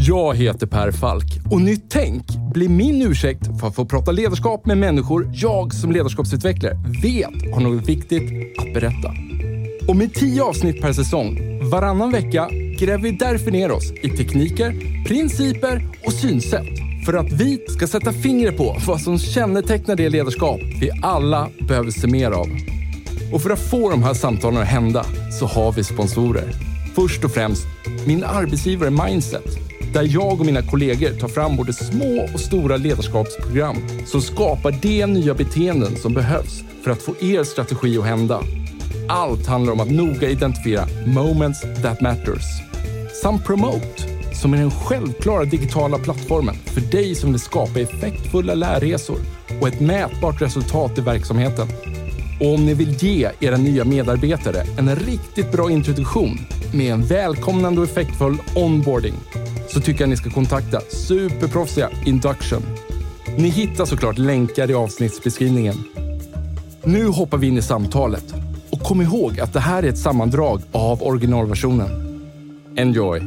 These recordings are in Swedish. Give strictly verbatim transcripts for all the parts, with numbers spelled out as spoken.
Jag heter Per Falk och Nytt Tänk blir min ursäkt för att få prata ledarskap med människor jag som ledarskapsutvecklare vet har något viktigt att berätta. Och med tio avsnitt per säsong, varannan vecka, gräver vi därför ner oss i tekniker, principer och synsätt för att vi ska sätta fingret på vad som kännetecknar det ledarskap vi alla behöver se mer av. Och för att få de här samtalen att hända så har vi sponsorer. Först och främst min arbetsgivare Mindset, där jag och mina kollegor tar fram både små och stora ledarskapsprogram som skapar de nya beteenden som behövs för att få er strategi att hända. Allt handlar om att noga identifiera moments that matters. Samt Promote, som är den självklara digitala plattformen för dig som vill skapa effektfulla lärresor och ett mätbart resultat i verksamheten. Och om ni vill ge era nya medarbetare en riktigt bra introduktion med en välkomnande och effektfull onboarding, så tycker jag ni ska kontakta superproffsiga Induction. Ni hittar såklart länkar i avsnittsbeskrivningen. Nu hoppar vi in i samtalet. Och kom ihåg att det här är ett sammandrag av originalversionen. Enjoy!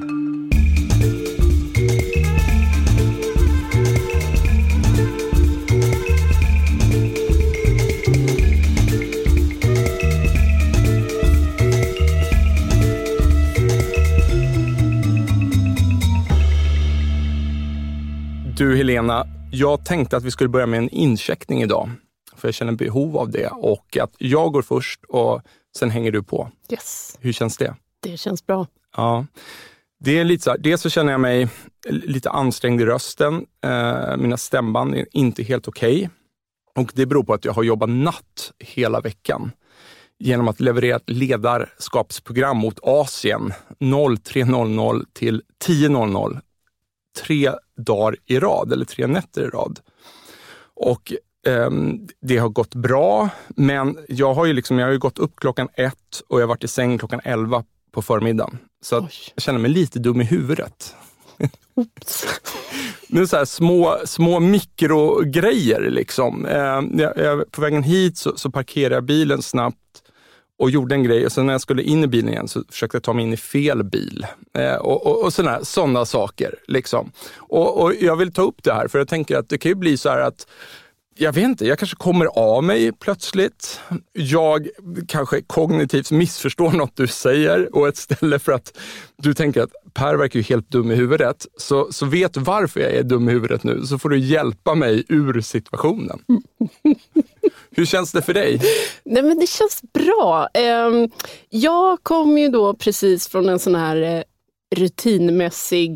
Du Helena, jag tänkte att vi skulle börja med en incheckning idag. För jag känner behov av det. Och att jag går först och sen hänger du på. Yes. Hur känns det? Det känns bra. Ja. Det är lite så här, dels så känner jag mig lite ansträngd i rösten. Eh, mina stämband är inte helt okej. Okay. Och det beror på att jag har jobbat natt hela veckan. Genom att leverera ett ledarskapsprogram mot Asien tre noll noll till tio noll noll. Tre dagar i rad, eller tre nätter i rad. Och um, det har gått bra, men jag har ju liksom, jag har ju gått upp klockan ett och jag har varit i säng klockan elva på förmiddagen. Så att jag känner mig lite dum i huvudet. Oops. Nu så här små, små mikrogrejer liksom. Uh, jag, jag, på vägen hit så, så parkerade jag bilen snabbt och gjorde en grej. Och sen när jag skulle in i bilen igen så försökte jag ta mig in i fel bil. Eh, och och, och sådana, sådana saker. Liksom. Och, och jag vill ta upp det här för jag tänker att det kan ju bli så här att jag vet inte, jag kanske kommer av mig plötsligt. Jag kanske kognitivt missförstår något du säger. Och ett ställe för att du tänker att Per verkar ju helt dum i huvudet. Så, så vet du varför jag är dum i huvudet nu. Så får du hjälpa mig ur situationen. Hur känns det för dig? Nej, men det känns bra. Jag kom ju då precis från en sån här rutinmässig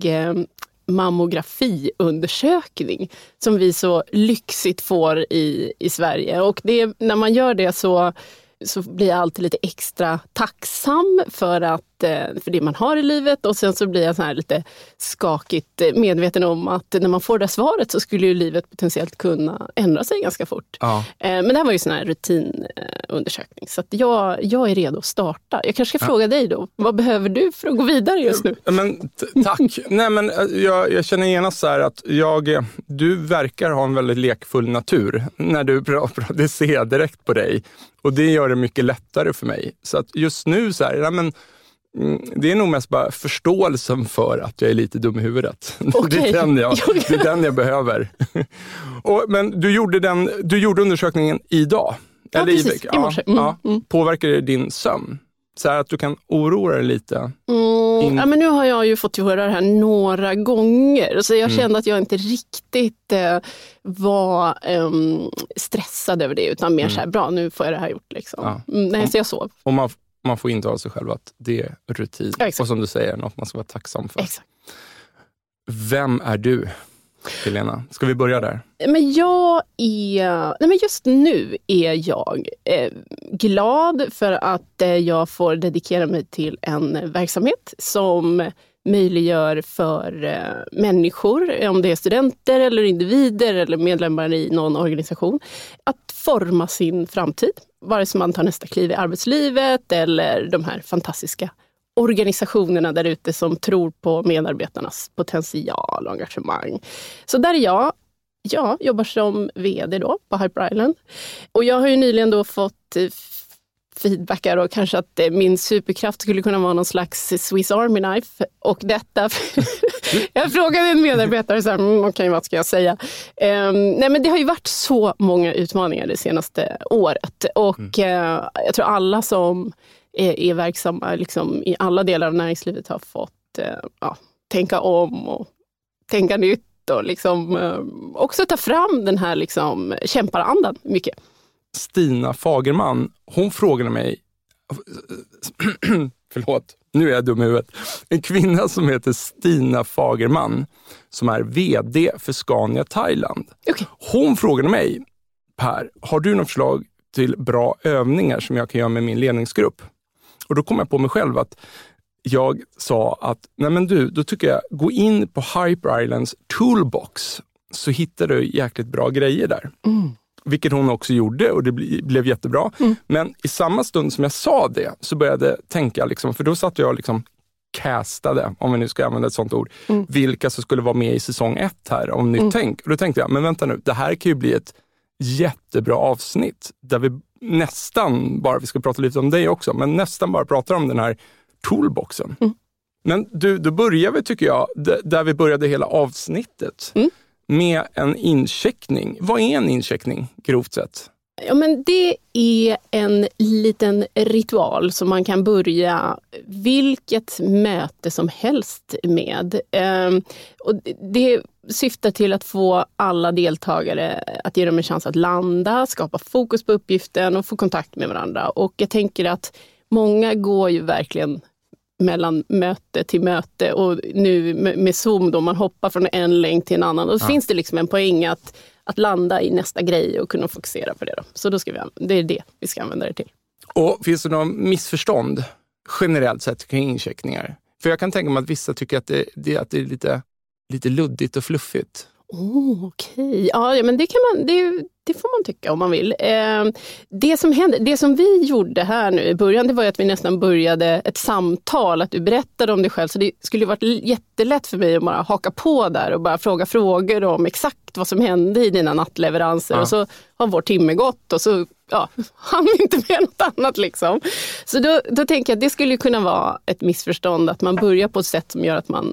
mammografiundersökning som vi så lyxigt får i, i Sverige. Och det, när man gör det så, så blir jag alltid lite extra tacksam för, att, för det man har i livet. Och sen så blir jag så här lite skakigt medveten om att när man får det svaret så skulle ju livet potentiellt kunna ändra sig ganska fort. Ja. Men det här var ju sån här rutinundersökning. Så att jag, jag är redo att starta. Jag kanske ska ja. fråga dig då. Vad behöver du för att gå vidare just nu? Men, t- tack. Nej, men jag, jag känner genast så här att jag, du verkar ha en väldigt lekfull natur när du pratar. Det ser jag direkt på dig. Och det gör det mycket lättare för mig. Så att just nu så här, ja, men, det är nog mest bara förståelsen för att jag är lite dum i huvudet. Okay. Det, är den jag, det är den jag behöver. Och, men du gjorde, den, du gjorde undersökningen idag. Ja, eller precis. I, i morse. Mm, ja, mm. Påverkar det din sömn? Så här att du kan oroa dig lite? Mm, in... ja, men nu har jag ju fått höra det här några gånger. Så jag mm. kände att jag inte riktigt eh, var eh, stressad över det. Utan mer mm. så här, bra, nu får jag det här gjort. Liksom. Ja. Mm, nej, så jag sov. Och man, man får intala sig själv att det är rutin. Ja, och som du säger, något man ska vara tacksam för. Exakt. Vem är du, Helena? Ska vi börja där? Men jag är, nej men just nu är jag eh, glad för att eh, jag får dedikera mig till en verksamhet som möjliggör för eh, människor, om det är studenter eller individer eller medlemmar i någon organisation, att forma sin framtid. Vare sig man tar nästa kliv i arbetslivet eller de här fantastiska organisationerna där ute som tror på medarbetarnas potential och engagemang. Så där är jag. Jag jobbar som vd då på Hyper Island. Och jag har ju nyligen då fått feedbackar och kanske att min superkraft skulle kunna vara någon slags Swiss Army knife. Och detta, jag frågade en medarbetare så här, mm, okej, okay, vad ska jag säga? Um, nej men det har ju varit så många utmaningar det senaste året och mm. uh, jag tror alla som är, är verksamma liksom, i alla delar av näringslivet har fått uh, ja, tänka om och tänka nytt och liksom, uh, också ta fram den här liksom, kämparandan mycket. Stina Fagerman, hon frågade mig, förlåt, nu är jag dum i huvudet, en kvinna som heter Stina Fagerman som är vd för Scania Thailand. Okay. Hon frågade mig, Per, har du något förslag till bra övningar som jag kan göra med min ledningsgrupp? Och då kom jag på mig själv att jag sa att, nej men du, då tycker jag, gå in på Hyper Islands Toolbox så hittar du jäkligt bra grejer där. Mm. Vilket hon också gjorde och det ble, blev jättebra. Mm. Men i samma stund som jag sa det så började jag tänka, liksom, för då satt jag liksom castade, om vi nu ska använda ett sånt ord, mm. vilka som skulle vara med i säsong ett här om Nytt mm. Tänk. Och då tänkte jag, men vänta nu, det här kan ju bli ett jättebra avsnitt där vi nästan bara, vi ska prata lite om dig också, men nästan bara pratar om den här toolboxen. Mm. Men du, då börjar vi, tycker jag, d- där vi började hela avsnittet. Mm. Med en incheckning. Vad är en incheckning, grovt sett? Ja, men det är en liten ritual som man kan börja vilket möte som helst med. Ehm, och det syftar till att få alla deltagare att ge dem en chans att landa, skapa fokus på uppgiften och få kontakt med varandra. Och jag tänker att många går ju verkligen mellan möte till möte och nu med Zoom då man hoppar från en länk till en annan och då ja. finns det liksom en poäng att, att landa i nästa grej och kunna fokusera på det då. Så då ska vi, det är det vi ska använda det till. Och finns det någon missförstånd generellt sett kring incheckningar? För jag kan tänka mig att vissa tycker att det, det, att det är lite, lite luddigt och fluffigt. Oh, okej. Okay. Ja, men det kan man, det, det får man tycka om man vill. Eh, det som hände, det som vi gjorde här nu i början, det var ju att vi nästan började ett samtal, att du berättade om dig själv. Så det skulle ju varit jättelätt för mig att bara haka på där och bara fråga frågor om exakt vad som hände i dina nattleveranser. Ja. Och så har vår timme gått och så ja, hann vi inte med något annat liksom. Så då, då tänker jag att det skulle kunna vara ett missförstånd att man börjar på ett sätt som gör att man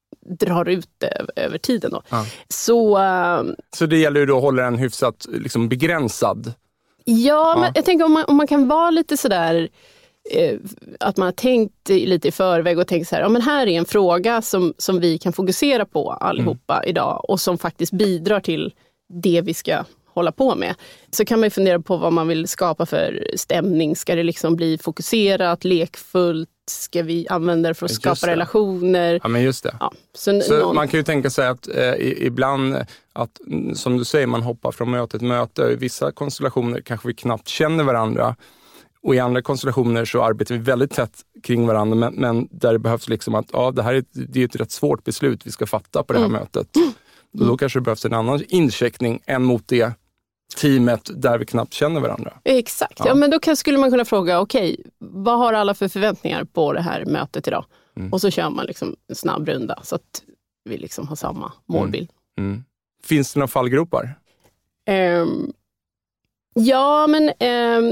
drar ut det över tiden då. Ja. Så, uh, så det gäller ju då att hålla den hyfsat liksom begränsad. Ja, ja. Men jag tänker om man, om man kan vara lite sådär eh, att man har tänkt lite i förväg och tänkt så här, ja men här är en fråga som, som vi kan fokusera på allihopa mm. idag och som faktiskt bidrar till det vi ska hålla på med. Så kan man ju fundera på vad man vill skapa för stämning. Ska det liksom bli fokuserat, lekfullt? Ska vi använda det för att skapa just relationer? Ja, men just det. Ja, så så någon... man kan ju tänka sig att eh, ibland, att, som du säger, man hoppar från möte till möte. I vissa konstellationer kanske vi knappt känner varandra. Och i andra konstellationer så arbetar vi väldigt tätt kring varandra. Men, men där det behövs liksom att, ja, det här är, det är ett rätt svårt beslut vi ska fatta på det här mm. mötet. Mm. Och då kanske det behövs en annan incheckning än mot det teamet där vi knappt känner varandra. Exakt, ja, ja men då kan, skulle man kunna fråga, okej, okay, vad har alla för förväntningar på det här mötet idag? Mm. Och så kör man liksom en snabb runda så att vi liksom har samma målbild. Mm. Mm. Finns det några fallgropar? Um, ja, men um,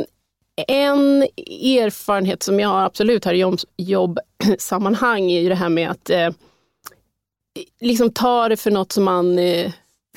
en erfarenhet som jag absolut har i jobb, jobbsammanhang är ju det här med att uh, liksom ta det för något som man uh,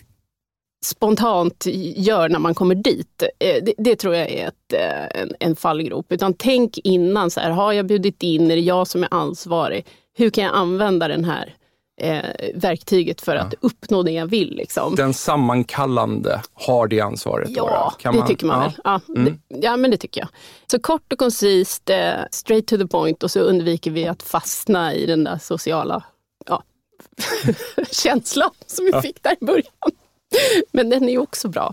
spontant gör när man kommer dit. Det, det tror jag är ett, en, en fallgrop. Utan tänk innan, så här, har jag bjudit in, är det jag som är ansvarig? Hur kan jag använda den här eh, verktyget för ja. att uppnå det jag vill? Liksom? Den sammankallande har det ansvaret? Ja, kan det man, tycker man ja. väl. Ja, mm. det, ja, men det tycker jag. Så kort och koncist, eh, straight to the point, och så undviker vi att fastna i den där sociala ja, känslan som vi ja. fick där i början. Men den är ju också bra.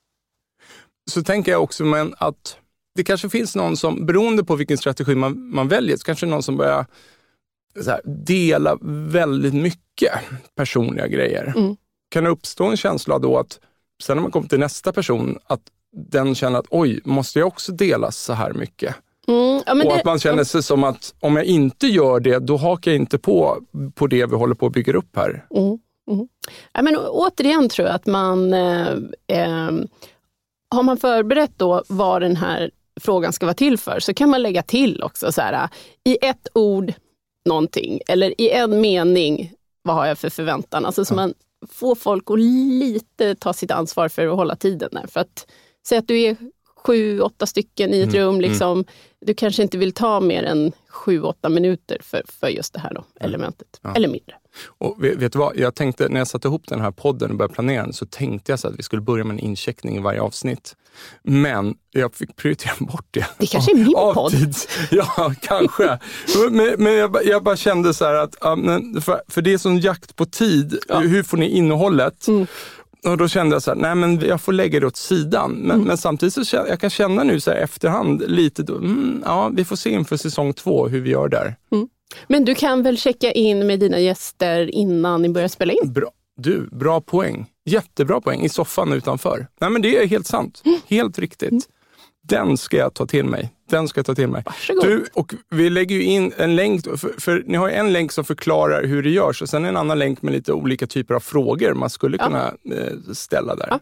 Så tänker jag också men att det kanske finns någon som, beroende på vilken strategi man, man väljer, så kanske någon som börjar så här, dela väldigt mycket personliga grejer. Mm. Kan det uppstå en känsla då att sen när man kommer till nästa person att den känner att oj, måste jag också dela så här mycket? Mm, ja, men och det, att man känner sig som att om jag inte gör det, då hakar jag inte på, på det vi håller på att bygga upp här. Mm. Mm. Ja, men återigen tror jag att man eh, eh, har man förberett då vad den här frågan ska vara till för, så kan man lägga till också så här, i ett ord någonting, eller i en mening, vad har jag för förväntan? Alltså så ja. man får folk att lite ta sitt ansvar för att hålla tiden där. För att säga att du är sju, åtta stycken i ett mm, rum, liksom, mm. du kanske inte vill ta mer än sju, åtta minuter för, för just det här då, elementet, ja. eller mindre. Och vet, vet du vad, jag tänkte, när jag satte ihop den här podden och började planera den, så tänkte jag så att vi skulle börja med en incheckning i varje avsnitt. Men jag fick prioritera bort det. Det kanske är min podd. Ja, kanske. men men jag, jag bara kände så här att, för, för det är sån jakt på tid, ja. hur får ni innehållet? Mm. Och då kände jag så här, nej men jag får lägga det åt sidan. Men, mm. men samtidigt så känner, jag kan känna nu så här efterhand lite då, mm, ja vi får se inför säsong två hur vi gör där. Mm. Men du kan väl checka in med dina gäster innan ni börjar spela in? Bra. Du, bra poäng. Jättebra poäng i soffan utanför. Nej men det är helt sant. Mm. Helt riktigt. Mm. Den ska jag ta till mig. Den ska jag ta till mig. Varsågod. Du, och vi lägger ju in en länk, för, för ni har ju en länk som förklarar hur det görs och sen en annan länk med lite olika typer av frågor man skulle ja. kunna eh, ställa där. Ja.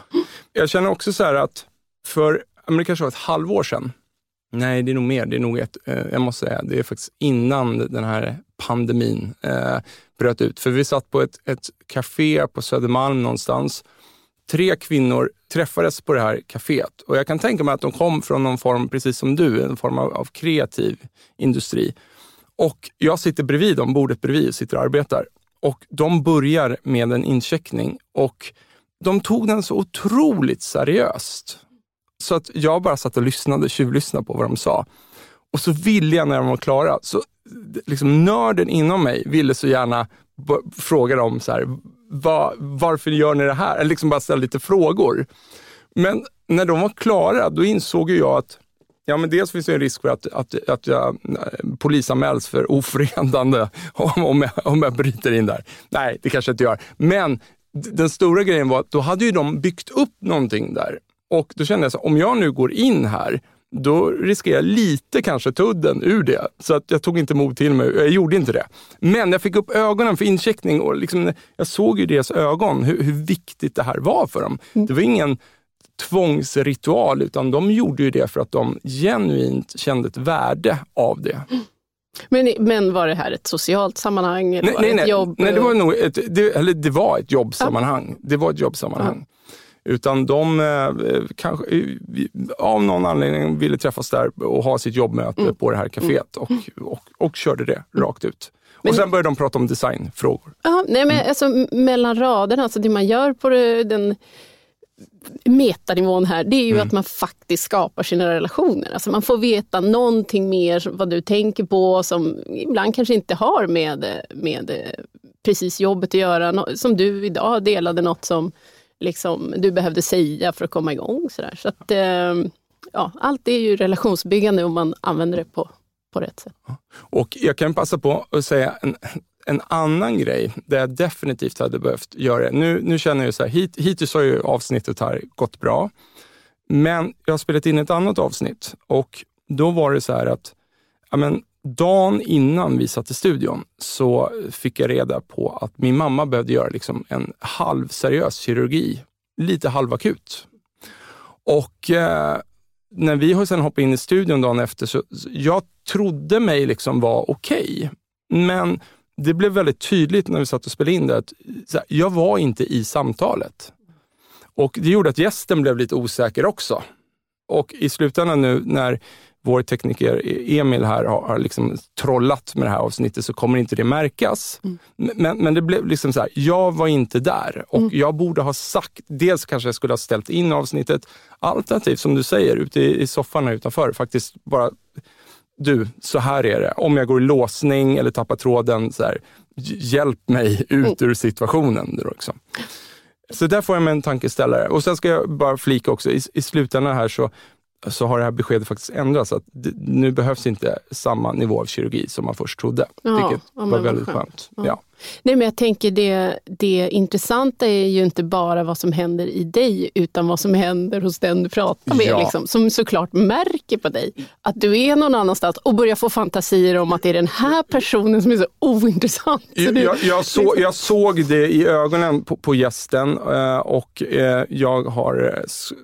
Jag känner också så här att för, men det kanske var ett halvår sedan. Nej, det är nog mer. Det är nog ett, eh, jag måste säga, det är faktiskt innan den här pandemin eh, bröt ut. För vi satt på ett, ett café på Södermalm någonstans. Tre kvinnor träffades på det här kaféet. Och jag kan tänka mig att de kom från någon form, precis som du, en form av, av kreativ industri. Och jag sitter bredvid dem, bordet bredvid, sitter och arbetar. Och de börjar med en incheckning. Och de tog den så otroligt seriöst. Så att jag bara satt och lyssnade, tjuvlyssnade på vad de sa. Och så ville jag när de var klara, så liksom nörden inom mig ville så gärna b- fråga dem så här, va, varför gör ni det här? Eller liksom bara ställa lite frågor. Men när de var klara, då insåg jag att ja, men dels finns det en risk för att, att, att jag polisanmäls för ofredande om, om, jag, om jag bryter in där. Nej, det kanske jag inte gör. Men den stora grejen var att då hade ju de byggt upp någonting där. Och då kände jag så, om jag nu går in här, då riskerar jag lite kanske tudden ur det. Så att jag tog inte mod till mig, jag gjorde inte det. Men jag fick upp ögonen för incheckning och liksom, jag såg ju deras ögon, hur, hur viktigt det här var för dem. Mm. Det var ingen tvångsritual, utan de gjorde ju det för att de genuint kände ett värde av det. Mm. Men, men var det här ett socialt sammanhang? Eller nej, var nej, det ett nej, jobb? nej, det var nog ett, det, eller det var ett jobbsammanhang. Ja. Det var ett jobbsammanhang. Ja. Utan de eh, kanske av någon anledning ville träffas där och ha sitt jobbmöte mm. på det här kaféet och, och, och körde det rakt ut. Men, och sen började de prata om designfrågor. Ja, nej, men mm. alltså, mellan raderna, alltså det man gör på det, den metanivån här, det är ju mm. att man faktiskt skapar sina relationer. Alltså man får veta någonting mer vad du tänker på som ibland kanske inte har med, med precis jobbet att göra. Som du idag delade något som liksom, du behövde säga för att komma igång. Så, där. så att, eh, ja, allt är ju relationsbyggande om man använder det på, på rätt sätt. Och jag kan passa på att säga en, en annan grej där jag definitivt hade behövt göra det. Nu, nu känner jag så här, hit, hittills har ju avsnittet här gått bra. Men jag har spelat in ett annat avsnitt och då var det så här att ja, men, dagen innan vi satt i studion så fick jag reda på att min mamma behövde göra liksom en halvseriös kirurgi. Lite halvakut. Och eh, när vi har sen hoppat in i studion dagen efter så jag trodde mig liksom var okej. Men det blev väldigt tydligt när vi satt och spelade in det att så här, jag var inte i samtalet. Och det gjorde att gästen blev lite osäker också. Och i slutändan nu när vår tekniker Emil här har, har liksom trollat med det här avsnittet så kommer inte det märkas. Mm. Men, men det blev liksom så här, jag var inte där och mm. jag borde ha sagt, dels kanske jag skulle ha ställt in avsnittet, alternativt som du säger, ute i, i soffan här utanför, faktiskt bara, du, så här är det. Om jag går i låsning eller tappar tråden, så här, hjälp mig ut ur situationen. Också. Så där får jag med en tankeställare. Och sen ska jag bara flika också, i, i slutändan här så så har det här beskedet faktiskt ändrats. Att det, nu behövs inte samma nivå av kirurgi som man först trodde. Ja, vilket var väldigt skönt. skönt. Ja. Ja. Nej, men jag tänker det, det intressanta är ju inte bara vad som händer i dig utan vad som händer hos den du pratar med. Ja. Liksom, som såklart märker på dig att du är någon annanstans och börjar få fantasier om att det är den här personen som är så ointressant. Så jag, du, jag, jag, så, liksom. jag såg det i ögonen på, på gästen och jag, har,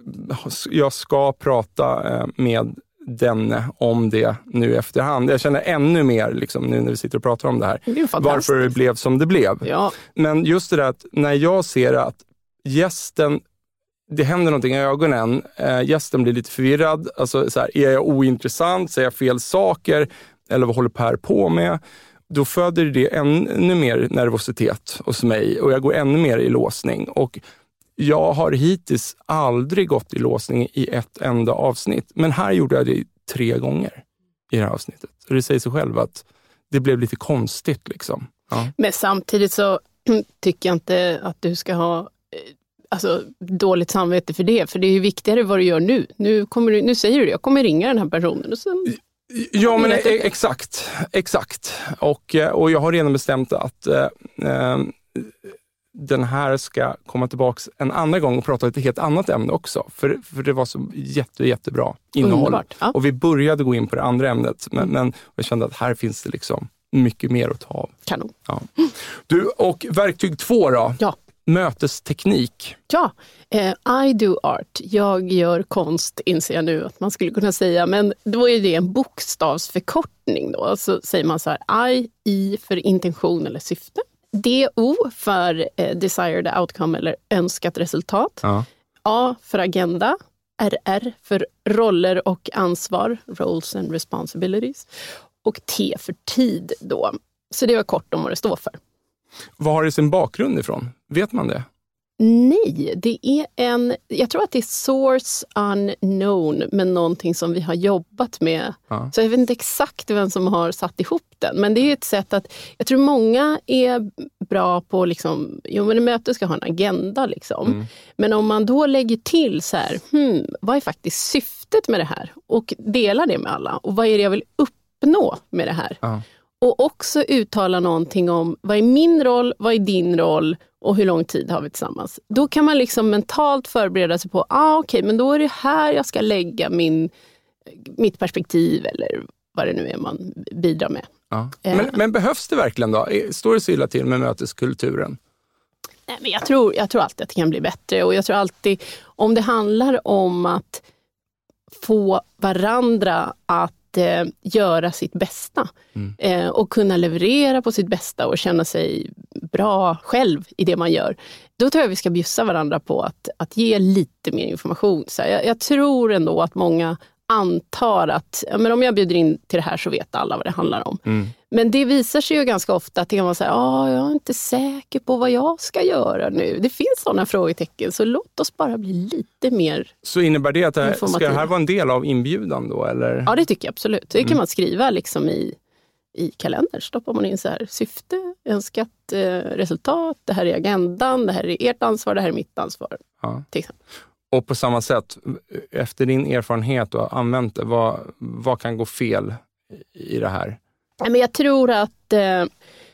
jag ska prata med denne om det nu efterhand. Jag känner ännu mer liksom, nu när vi sitter och pratar om det här. Det varför det blev som det blev. Ja. Men just det där att när jag ser att gästen, det händer någonting i ögonen, äh, gästen blir lite förvirrad. Alltså, så här, är jag ointressant? Säger jag fel saker? Eller vad håller Per på med? Då föder det ännu mer nervositet hos mig och jag går ännu mer i låsning. Och jag har hittills aldrig gått i låsning i ett enda avsnitt. Men här gjorde jag det tre gånger i det här avsnittet. Och det säger sig själv att det blev lite konstigt liksom. Ja. Men samtidigt så tycker jag inte att du ska ha alltså, dåligt samvete för det. För det är ju viktigare vad du gör nu. Nu, kommer du, nu säger du det, jag kommer ringa den här personen. Och sen... Ja, men exakt. Exakt. Och, och jag har redan bestämt att äh, den här ska komma tillbaka en andra gång och prata ett helt annat ämne också. För, för det var så jätte, jättebra innehåll. Ja. Och vi började gå in på det andra ämnet. Men, men jag kände att här finns det liksom mycket mer att ta av. Kanon. Ja. Du, och verktyg två då? Ja. Mötesteknik. Ja, eh, I do art. Jag gör konst, inser jag nu att man skulle kunna säga. Men då är det en bokstavsförkortning då. Så säger man så här, I, I för intention eller syfte. D O för eh, desired outcome eller önskat resultat. Ja. A för agenda. R R för roller och ansvar. Roles and responsibilities. Och T för tid då. Så det var kort om vad det står för. Vad har det sin bakgrund ifrån? Vet man det? Nej, det är en, jag tror att det är source unknown, men någonting som vi har jobbat med. Ja. Så jag vet inte exakt vem som har satt ihop den, men det är ett sätt att, jag tror många är bra på liksom, jo men ett möte ska ha en agenda liksom. Mm. Men om man då lägger till så här, hmm, vad är faktiskt syftet med det här? Och delar det med alla. Och vad är det jag vill uppnå med det här? Ja. Och också uttala någonting om vad är min roll, vad är din roll och hur lång tid har vi tillsammans. Då kan man liksom mentalt förbereda sig på, ah, okej, okay, men då är det här jag ska lägga min, mitt perspektiv eller vad det nu är man bidrar med. Ja. Men, men behövs det verkligen då? Står det så illa till med möteskulturen? Nej, men jag tror, jag tror alltid att det kan bli bättre och jag tror alltid, om det handlar om att få varandra att eh, göra sitt bästa mm. eh, och kunna leverera på sitt bästa och känna sig bra själv i det man gör. Då tror jag vi ska bjussa varandra på att, att ge lite mer information. Så jag, jag tror ändå att många antar att ja, men om jag bjuder in till det här så vet alla vad det handlar om. Mm. Men det visar sig ju ganska ofta att man säger ah, jag är inte säker på vad jag ska göra nu. Det finns sådana frågetecken, så låt oss bara bli lite mer. Så innebär det att det här, ska det här vara en del av inbjudan då? Eller? Ja, det tycker jag absolut. Det kan mm. man skriva liksom i, i kalender. Stoppar man in så här, syfte, önskat eh, resultat, det här är agendan, det här är ert ansvar, det här är mitt ansvar. Ja. Till exempel. Och på samma sätt, efter din erfarenhet och använt det, vad, vad kan gå fel i det här? Men jag tror att eh,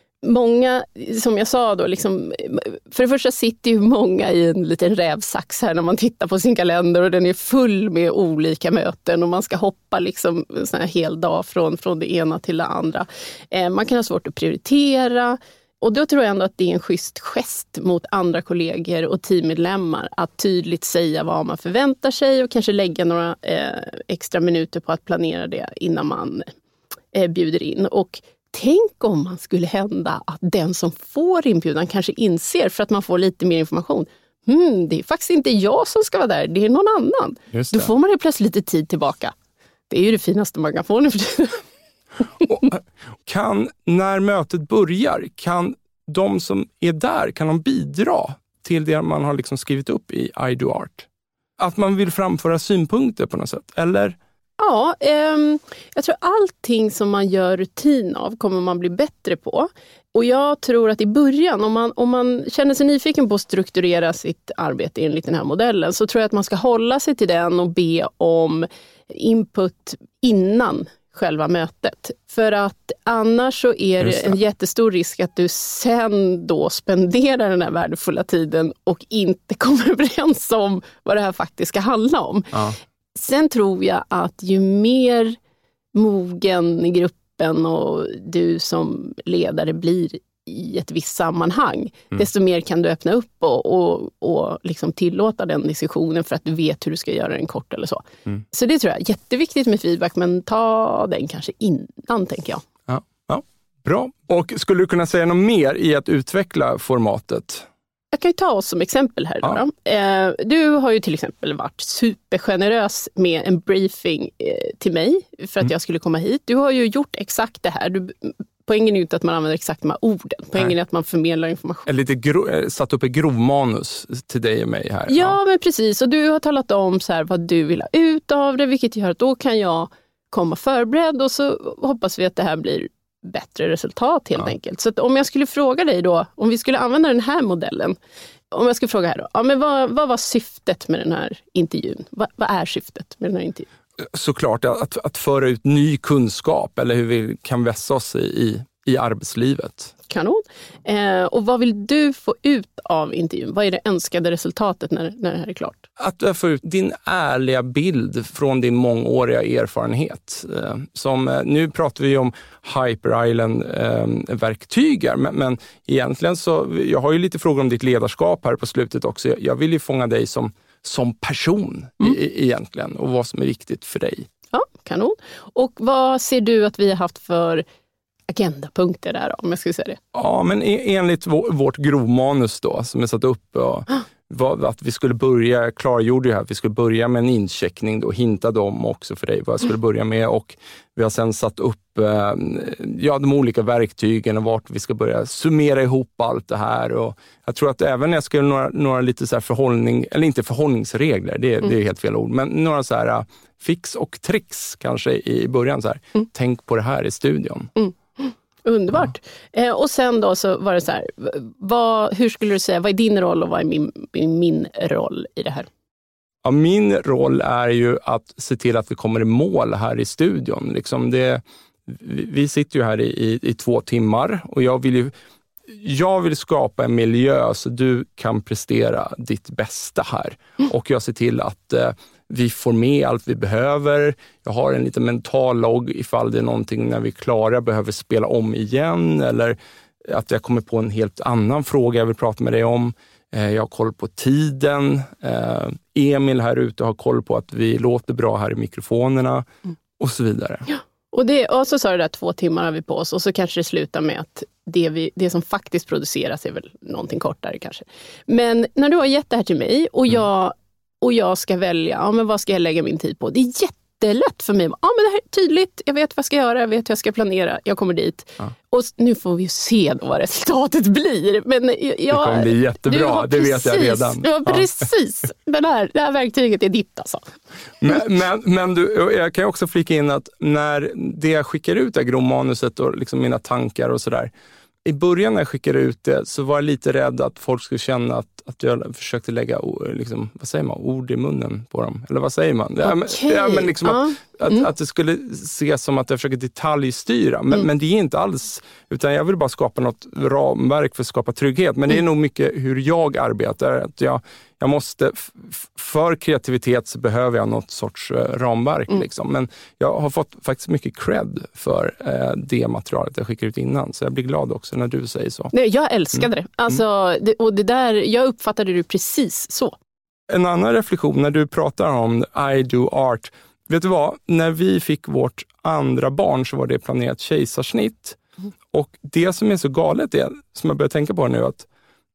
många, som jag sa då, liksom, för det första sitter ju många i en liten rävsax här när man tittar på sin kalender och den är full med olika möten och man ska hoppa liksom en sån här hel dag från, från det ena till det andra. Eh, man kan ha svårt att prioritera. Och då tror jag ändå att det är en schysst gest mot andra kollegor och teammedlemmar att tydligt säga vad man förväntar sig och kanske lägga några eh, extra minuter på att planera det innan man eh, bjuder in. Och tänk om man skulle hända att den som får inbjudan kanske inser, för att man får lite mer information. Hmm, det är faktiskt inte jag som ska vara där, det är någon annan. Då får man det plötsligt lite tid tillbaka. Det är ju det finaste man kan få nu för tiden. Och kan, när mötet börjar, kan de som är där, kan de bidra till det man har liksom skrivit upp i I do art? Att man vill framföra synpunkter på något sätt, eller? Ja, eh, jag tror allting som man gör rutin av kommer man bli bättre på. Och jag tror att i början, om man, om man känner sig nyfiken på att strukturera sitt arbete enligt den här modellen, så tror jag att man ska hålla sig till den och be om input innan själva mötet. För att annars så är det en jättestor risk att du sen då spenderar den här värdefulla tiden och inte kommer överens om vad det här faktiskt ska handla om. Ja. Sen tror jag att ju mer mogen i gruppen och du som ledare blir i ett visst sammanhang, mm. desto mer kan du öppna upp och, och, och liksom tillåta den diskussionen för att du vet hur du ska göra den kort eller så. Mm. Så det tror jag är jätteviktigt med feedback, men ta den kanske innan, tänker jag. Ja, ja, bra. Och skulle du kunna säga något mer i att utveckla formatet? Jag kan ju ta oss som exempel här. Ja. Då. Eh, du har ju till exempel varit supergenerös med en briefing eh, till mig för att mm. jag skulle komma hit. Du har ju gjort exakt det här. Du, poängen är ju inte att man använder exakt de här orden. Poängen Nej. är att man förmedlar information. Jag lite gro- satt upp ett grovmanus till dig och mig här. Ja, ja, men precis. Och du har talat om så här vad du vill ha ut av det, vilket gör att då kan jag komma förberedd och så hoppas vi att det här blir bättre resultat helt ja. enkelt. Så att om jag skulle fråga dig då, om vi skulle använda den här modellen, om jag skulle fråga här då, ja, men vad, vad var syftet med den här intervjun? Vad, vad är syftet med den här intervjun? Såklart att, att föra ut ny kunskap eller hur vi kan vässa oss i, i, i arbetslivet. Kanon. Eh, och vad vill du få ut av intervjun? Vad är det önskade resultatet när, när det här är klart? Att få ut din ärliga bild från din mångåriga erfarenhet. Eh, som, eh, nu pratar vi om Hyper Island-verktyger, eh, men, men egentligen så, jag har ju lite frågor om ditt ledarskap här på slutet också. Jag vill ju fånga dig som, som person mm. e- egentligen och vad som är viktigt för dig. Ja, kanon. Och vad ser du att vi har haft för agendapunkter där, om jag skulle säga det? Ja, men enligt vårt grovmanus då, som är satt upp, och var, att vi skulle börja, klargjorde ju här, att vi skulle börja med en incheckning då, hintade om också för dig vad jag skulle börja med, och vi har sen satt upp eh, ja, de olika verktygen och vart vi ska börja summera ihop allt det här, och jag tror att även jag skulle några, några lite så här förhållning, eller inte förhållningsregler, det, mm. det är helt fel ord, men några så här fix och tricks kanske i början så här, mm. tänk på det här i studion. Mm. Underbart. Ja. Eh, och sen då så var det så här, vad, hur skulle du säga, vad är din roll och vad är min, min roll i det här? Ja, min roll är ju att se till att vi kommer i mål här i studion. Liksom det, vi sitter ju här i, i, i två timmar och jag vill ju jag vill skapa en miljö så du kan prestera ditt bästa här. Mm. Och jag ser till att eh, vi får med allt vi behöver. Jag har en liten mental logg ifall det är någonting när vi är klara behöver spela om igen, eller att jag kommer på en helt annan fråga jag vill prata med dig om. Eh, jag har koll på tiden. Eh, Emil här ute har koll på att vi låter bra här i mikrofonerna mm. och så vidare. Ja. Och, det, och så sa du där två timmar har vi på oss och så kanske det slutar med att det, vi, det som faktiskt produceras är väl någonting kortare kanske. Men när du har gett det här till mig och jag, mm. och jag ska välja, ja, men vad ska jag lägga min tid på? Det är jättelätt för mig. Ja, men det här är tydligt, jag vet vad jag ska göra, jag vet hur jag ska planera, jag kommer dit. Ja. Och nu får vi ju se då vad resultatet blir. Men jag, det kommer bli jättebra, det precis, vet jag redan. Du har precis, ja. det, här, det här verktyget är ditt alltså. Men, men, men du, jag kan också flika in att när det jag skickar ut det här grovmanuset och liksom mina tankar och sådär, i början när jag skickade ut det så var jag lite rädd att folk skulle känna att, att jag försökte lägga liksom, vad säger man, ord i munnen på dem. Eller vad säger man? Okay. Ja, men, ja, men liksom ja. att, mm. att, att det skulle ses som att jag försöker detaljstyra. Men, mm. men det är inte alls, utan jag vill bara skapa något ramverk för att skapa trygghet. Men mm. det är nog mycket hur jag arbetar. Att jag, jag måste, för kreativitet så behöver jag något sorts ramverk. Mm. Liksom. Men jag har fått faktiskt mycket cred för eh, det materialet jag skickar ut innan. Så jag blir glad också när du säger så. Nej, jag älskade det. Alltså, det. Och det där, jag uppfattade det precis så. En annan reflektion när du pratar om I do art. Vet du vad? När vi fick vårt andra barn så var det planerat kejsarsnitt. Mm. Och det som är så galet är, som jag börjar tänka på nu, att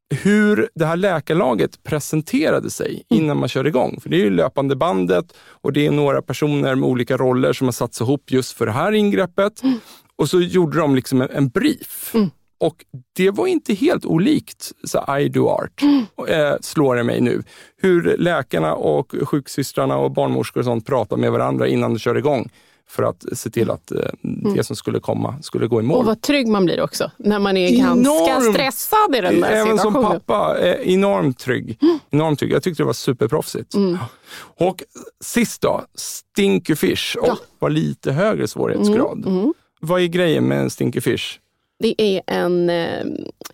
hur det här läkarlaget presenterade sig innan man kör igång. För det är ju löpande bandet och det är några personer med olika roller som har satts ihop just för det här ingreppet. Mm. Och så gjorde de liksom en, en brief. Mm. Och det var inte helt olikt så I do art, mm. äh, slår det mig nu. Hur läkarna och sjuksystrarna och barnmorskor och sånt pratar med varandra innan de kör igång. för att se till att eh, mm. det som skulle komma skulle gå i mål. Och vad trygg man blir också när man är enorm, ganska stressad i den där även situationen. Även som pappa, eh, enormt trygg. Mm. enormt trygg. Jag tyckte det var superproffsigt. Mm. Och sist då, Stinky Fish. Ja. Oh, var lite högre svårighetsgrad. Mm. Mm. Vad är grejen med en Stinky Fish? Det är en... Eh,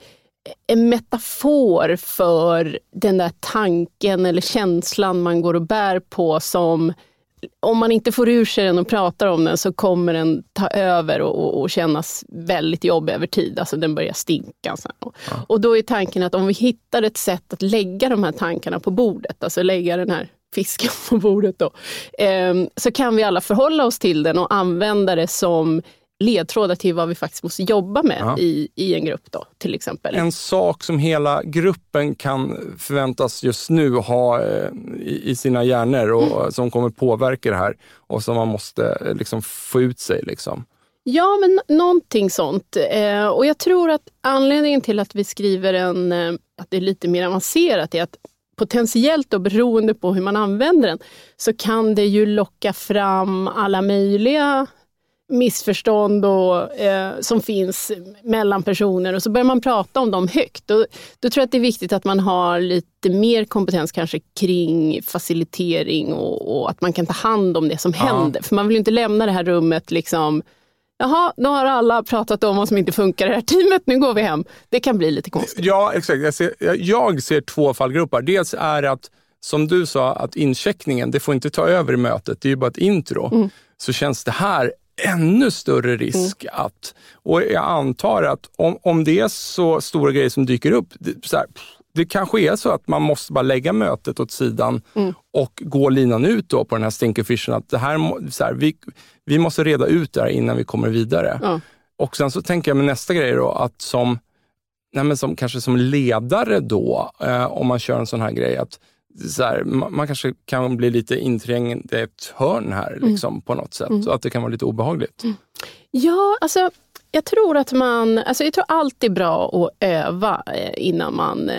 en metafor för den där tanken eller känslan man går och bär på som om man inte får ur sig den och pratar om den så kommer den ta över och, och, och kännas väldigt jobbig över tid. Alltså den börjar stinka. Så. Ja. Och då är tanken att om vi hittar ett sätt att lägga de här tankarna på bordet, alltså lägga den här fisken på bordet då, eh, så kan vi alla förhålla oss till den och använda det som ledtrådar till vad vi faktiskt måste jobba med ja. i, i en grupp då, till exempel. En sak som hela gruppen kan förväntas just nu ha eh, i, i sina hjärnor och mm. som kommer påverka det här och som man måste eh, liksom få ut sig liksom. Ja, men n- någonting sånt. Eh, och jag tror att anledningen till att vi skriver en, eh, att det är lite mer avancerat är att potentiellt och beroende på hur man använder den så kan det ju locka fram alla möjliga missförstånd och, eh, som finns mellan personer och så börjar man prata om dem högt. Och då tror jag att det är viktigt att man har lite mer kompetens kanske kring facilitering och, och att man kan ta hand om det som ja. händer. För man vill ju inte lämna det här rummet liksom, jaha, nu har alla pratat om vad som inte funkar i det här teamet, nu går vi hem. Det kan bli lite konstigt. Ja, exakt. Jag ser, jag ser två fallgrupper. Dels är att, som du sa, att incheckningen, det får inte ta över i mötet, det är ju bara ett intro. Mm. Så känns det här ännu större risk mm. att, och jag antar att om, om det är så stora grejer som dyker upp, det, så här, det kanske är så att man måste bara lägga mötet åt sidan mm. och gå linan ut då på den här Stinky Fishen, att det här, så här, vi, vi måste reda ut det här innan vi kommer vidare. Mm. Och sen så tänker jag med nästa grej då, att som, nej men som kanske som ledare då, eh, om man kör en sån här grej, att så här, man, man kanske kan bli lite inträngd i ett hörn här liksom, mm. på något sätt. Mm. Så att det kan vara lite obehagligt. Mm. Ja, alltså jag tror att man, alltså jag tror allt är bra att öva innan man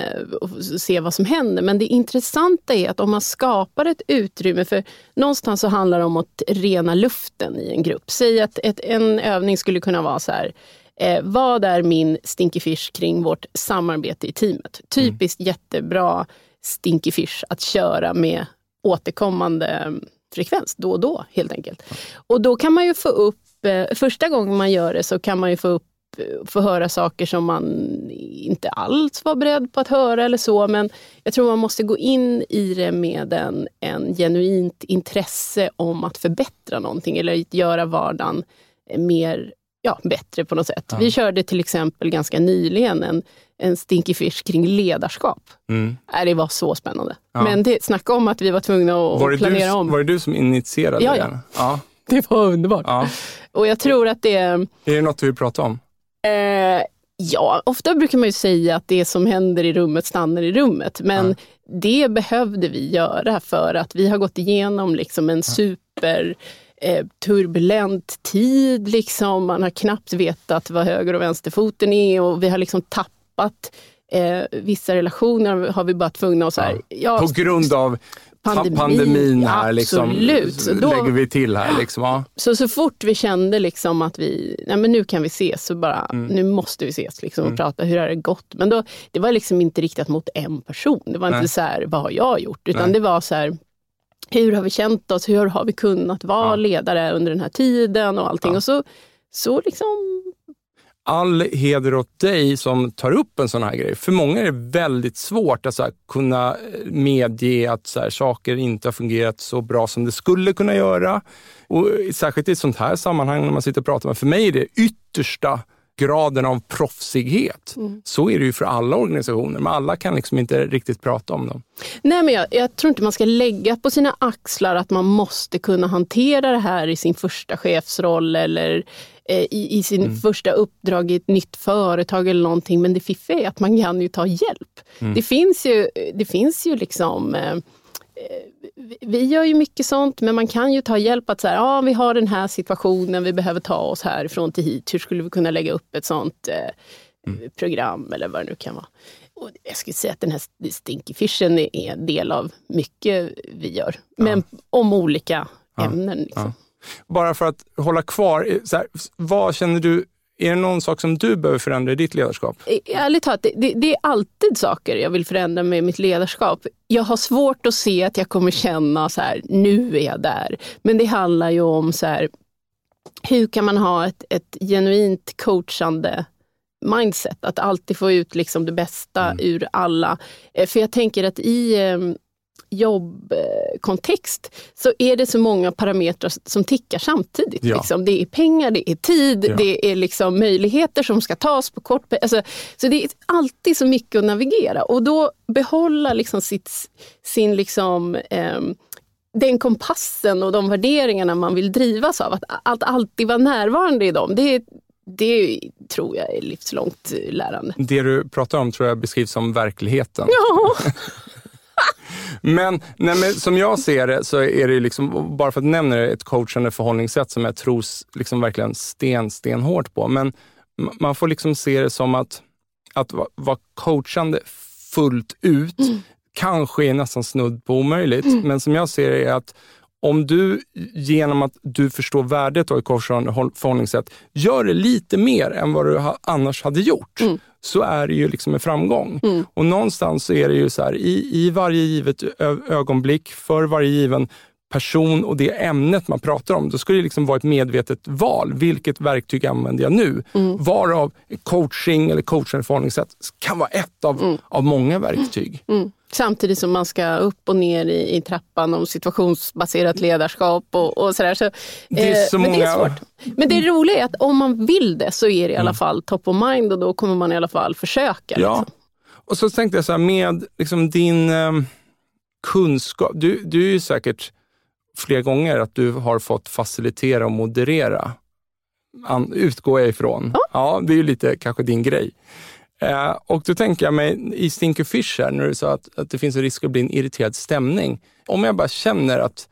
ser vad som händer. Men det intressanta är att om man skapar ett utrymme, för någonstans så handlar det om att rena luften i en grupp. Säg att ett, en övning skulle kunna vara så här, eh, vad är min Stinky Fish kring vårt samarbete i teamet? Typiskt mm. jättebra Stinky Fish att köra med återkommande frekvens då och då helt enkelt. Och då kan man ju få upp, första gången man gör det så kan man ju få upp, få höra saker som man inte alls var beredd på att höra eller så, men jag tror man måste gå in i det med en, en genuint intresse om att förbättra någonting eller att göra vardagen mer ja, bättre på något sätt. Ja. Vi körde till exempel ganska nyligen en, en Stinky Fish kring ledarskap. Mm. Äh, det var så spännande. Ja. Men det snacka om att vi var tvungna att var planera du, om. Var det du som initierade ja, det? Ja, ja. Det var underbart. Ja. Och jag tror att det... Är det något du vill prata om? Eh, ja, ofta brukar man ju säga att det som händer i rummet stannar i rummet. Men ja. det behövde vi göra för att vi har gått igenom liksom en super... Eh, turbulent tid liksom, man har knappt vetat vad höger- och vänsterfoten är och vi har liksom tappat eh, vissa relationer har vi bara tvungna att så här, ja. Ja, på grund av pandemin, pandemin här liksom, så då, lägger vi till här liksom, ja. så så fort vi kände liksom att vi, nej men nu kan vi ses så bara, mm. nu måste vi ses liksom och mm. prata hur har det gått, men då, det var liksom inte riktat mot en person, det var nej. inte så här, vad har jag gjort, utan nej. det var så här, hur har vi känt oss? Hur har vi kunnat vara ja. ledare under den här tiden och allting. Ja. Och så, så liksom... All heder åt dig som tar upp en sån här grej. För många är det väldigt svårt att så här, kunna medge att så här, saker inte har fungerat så bra som det skulle kunna göra. Och särskilt i ett sånt här sammanhang när man sitter och pratar med. För mig är det yttersta graden av proffsighet. Mm. Så är det ju för alla organisationer, men alla kan liksom inte riktigt prata om dem. Nej, men jag, jag tror inte man ska lägga på sina axlar att man måste kunna hantera det här i sin första chefsroll eller eh, i, i sin mm. första uppdrag i ett nytt företag eller någonting, men det fiffiga är att man kan ju ta hjälp. Mm. Det finns ju, det finns ju liksom... Eh, vi gör ju mycket sånt, men man kan ju ta hjälp att så här, ja, vi har den här situationen, vi behöver ta oss härifrån till hit. Hur skulle vi kunna lägga upp ett sånt eh, mm. program eller vad det nu kan vara. Och jag skulle säga att den här Stinky Fishen är en del av mycket vi gör. Men ja. om olika ämnen. Liksom. Ja. Bara för att hålla kvar, så här, vad känner du, är det någon sak som du behöver förändra i ditt ledarskap? Ärligt talat, det, det, det är alltid saker jag vill förändra med mitt ledarskap. Jag har svårt att se att jag kommer känna så här, nu är jag där. Men det handlar ju om så här, hur kan man ha ett, ett genuint coachande mindset, att alltid få ut liksom det bästa mm. ur alla. För jag tänker att i eh, jobbkontext så är det så många parametrar som tickar samtidigt. Ja. Liksom. Det är pengar, det är tid, ja. det är liksom möjligheter som ska tas på kort. Alltså, så det är alltid så mycket att navigera och då behålla liksom sitt, sin liksom eh, den kompassen och de värderingarna man vill drivas av, att, att alltid vara närvarande i dem. Det är Det tror jag är livslångt lärande. Det du pratar om tror jag beskrivs som verkligheten. Ja. men, nej, men som jag ser det så är det liksom, bara för att nämna det, ett coachande förhållningssätt som jag tror liksom verkligen sten, sten hårt på. Men man får liksom se det som att, att vara coachande fullt ut mm. kanske är nästan snudd på omöjligt. Mm. Men som jag ser det är att om du genom att du förstår värdet av ett coachande förhållningssätt gör det lite mer än vad du ha, annars hade gjort mm. så är det ju liksom en framgång. Mm. Och någonstans så är det ju så här, i, i varje givet ö- ögonblick för varje given person och det ämnet man pratar om, då ska det liksom vara ett medvetet val. Vilket verktyg använder jag nu? Mm. Varav coaching eller coachande förhållningssätt kan vara ett av, mm. av många verktyg. Mm. Samtidigt som man ska upp och ner i, i trappan om situationsbaserat ledarskap och, och sådär. Så, det är så eh, många... men det är svårt. Men det roliga är att om man vill det så är det i alla fall top of mind och då kommer man i alla fall försöka. Ja, liksom. Och så tänkte jag så här, med liksom din eh, kunskap, du, du är ju säkert flera gånger att du har fått facilitera och moderera. An, utgår jag ifrån. Ja. ja, det är ju lite kanske din grej. Eh, och då tänker jag mig i Stinker Fish här, när du sa att, att det finns en risk att bli en irriterad stämning. Om jag bara känner att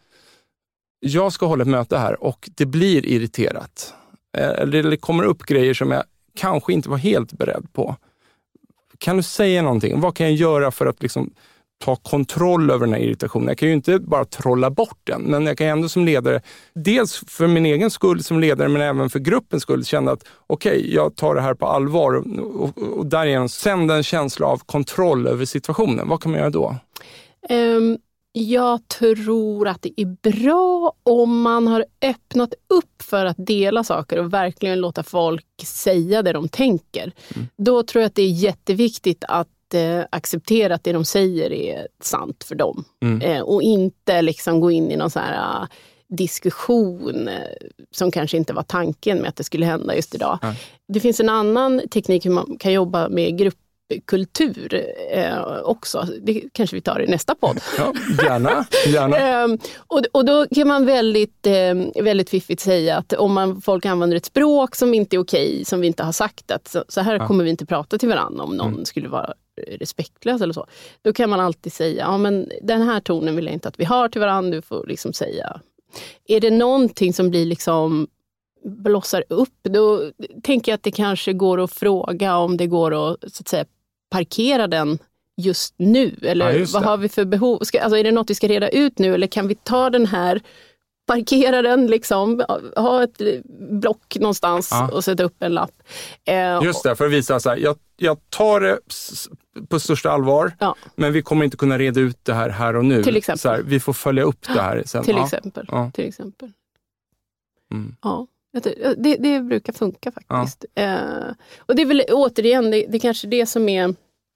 jag ska hålla ett möte här och det blir irriterat. Eh, eller det kommer upp grejer som jag kanske inte var helt beredd på. Kan du säga någonting? Vad kan jag göra för att liksom ta kontroll över den här irritationen? Jag kan ju inte bara trolla bort den, men jag kan ändå som ledare, dels för min egen skull som ledare, men även för gruppens skull, känna att okej, okay, jag tar det här på allvar och, och, och därigenom sända en känsla av kontroll över situationen. Vad kan man göra då? Um, jag tror att det är bra om man har öppnat upp för att dela saker och verkligen låta folk säga det de tänker. Mm. Då tror jag att det är jätteviktigt att Eh, acceptera att det de säger är sant för dem. Mm. Eh, och inte liksom gå in i någon sån här uh, diskussion eh, som kanske inte var tanken med att det skulle hända just idag. Mm. Det finns en annan teknik hur man kan jobba med gruppkultur eh, också. Det kanske vi tar i nästa podd. Ja, gärna. gärna. eh, och, och då kan man väldigt, eh, väldigt fiffigt säga att om man, folk använder ett språk som inte är okej, som vi inte har sagt, att så, så här ja. kommer vi inte prata till varandra om någon mm. skulle vara respektlös eller så. Då kan man alltid säga, ja men den här tonen vill jag inte att vi har till varandra, du får liksom säga. Är det någonting som blir liksom blossar upp, då tänker jag att det kanske går att fråga om det går att så att säga parkera den just nu, eller ja, just vad har vi för behov? Ska, alltså är det något vi ska reda ut nu, eller kan vi ta den här, parkera den liksom, ha ett block någonstans ja. och sätta upp en lapp. Eh, Just det, för att visa så här, jag, jag tar det på största allvar, ja. men vi kommer inte kunna reda ut det här här och nu. Till exempel. Så här, vi får följa upp det här sen. Till ja. exempel. Ja. Till exempel. Mm. Ja. Det, det brukar funka faktiskt. Ja. Eh, och det är väl återigen, det, det är kanske det som är,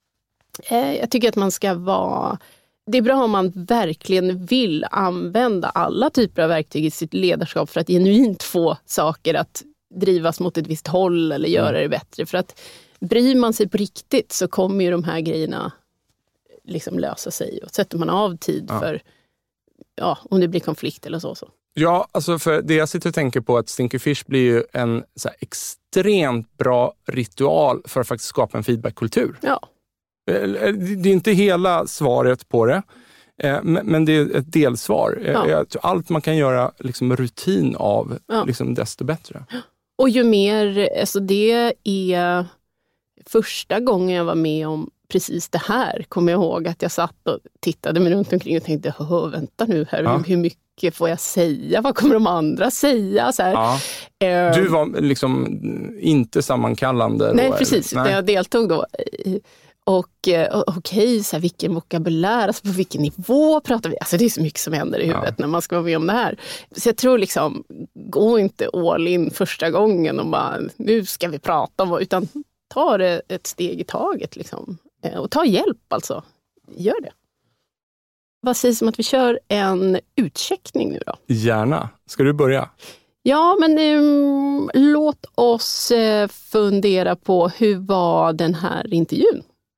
eh, jag tycker att man ska vara, det är bra om man verkligen vill använda alla typer av verktyg i sitt ledarskap för att genuint få saker att drivas mot ett visst håll eller göra mm. det bättre. För att bryr man sig på riktigt så kommer ju de här grejerna liksom lösa sig. Och sätter man av tid ja. för, ja, om det blir konflikt eller så. så. Ja, alltså för det jag sitter och tänker på att Stinker Fish blir ju en så här extremt bra ritual för att faktiskt skapa en feedbackkultur. Ja. Det är inte hela svaret på det, men det är ett delsvar. Ja. Allt man kan göra liksom rutin av, ja. liksom, desto bättre. Och ju mer, alltså det är första gången jag var med om precis det här. Kommer jag ihåg att jag satt och tittade mig runt omkring och tänkte, vänta nu här, ja. hur mycket får jag säga? Vad kommer de andra säga? Så här. Ja. Uh, du var liksom inte sammankallande? Nej, då, precis. Nej. Jag deltog då. Och okej, okay, så här, vilken vokabulär, alltså på vilken nivå pratar vi? Alltså det är så mycket som händer i huvudet ja. när man ska vara med om det här. Så jag tror liksom, gå inte all in första gången och bara, nu ska vi prata om, utan ta det ett steg i taget liksom. Och ta hjälp alltså. Gör det. Vad sägs om att vi kör en utcheckning nu då? Gärna. Ska du börja? Ja, men um, låt oss uh, fundera på hur var den här intervjun?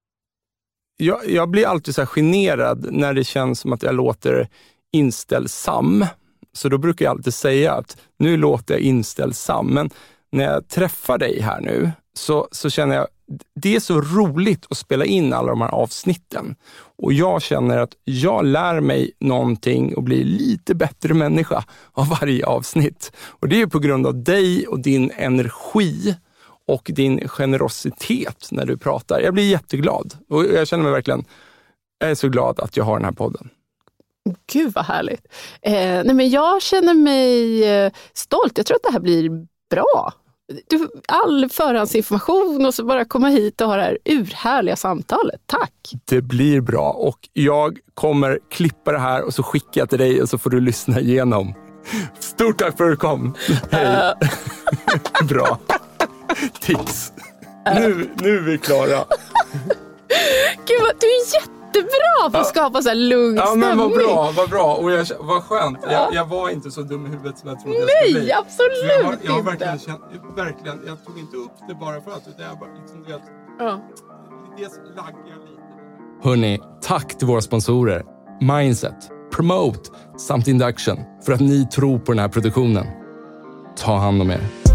Jag, jag blir alltid så här generad när det känns som att jag låter inställsam. Så då brukar jag alltid säga att nu låter jag inställsam. Men när jag träffar dig här nu så, så känner jag det är så roligt att spela in alla de här avsnitten. Och jag känner att jag lär mig någonting och blir lite bättre människa av varje avsnitt. Och det är på grund av dig och din energi och din generositet när du pratar. Jag blir jätteglad. Och jag känner mig verkligen, jag är så glad att jag har den här podden. Gud vad härligt. Eh, nej men jag känner mig eh, stolt. Jag tror att det här blir bra. Du, all förhandsinformation och så bara komma hit och ha det här urhärliga samtalet. Tack! Det blir bra och jag kommer klippa det här och så skickar jag till dig och så får du lyssna igenom. Stort tack för att du kom. Hej! Uh. Bra. Tips. Uh. Nu, nu är vi klara. Gud vad, du är jättebra på att skapa så här lugn ja, stämning. Ja, men vad bra, vad bra. Och jag, vad skönt. Jag, jag var inte så dum i huvudet som jag trodde jag skulle bli. Nej, absolut jag har, jag har inte. Verkligen känt, verkligen, jag tog inte upp det bara för att, utan jag bara liksom, du vet, ja. det laggar lite. Hörrni, tack till våra sponsorer. Mindset, Promote samt Induction för att ni tror på den här produktionen. Ta hand om er.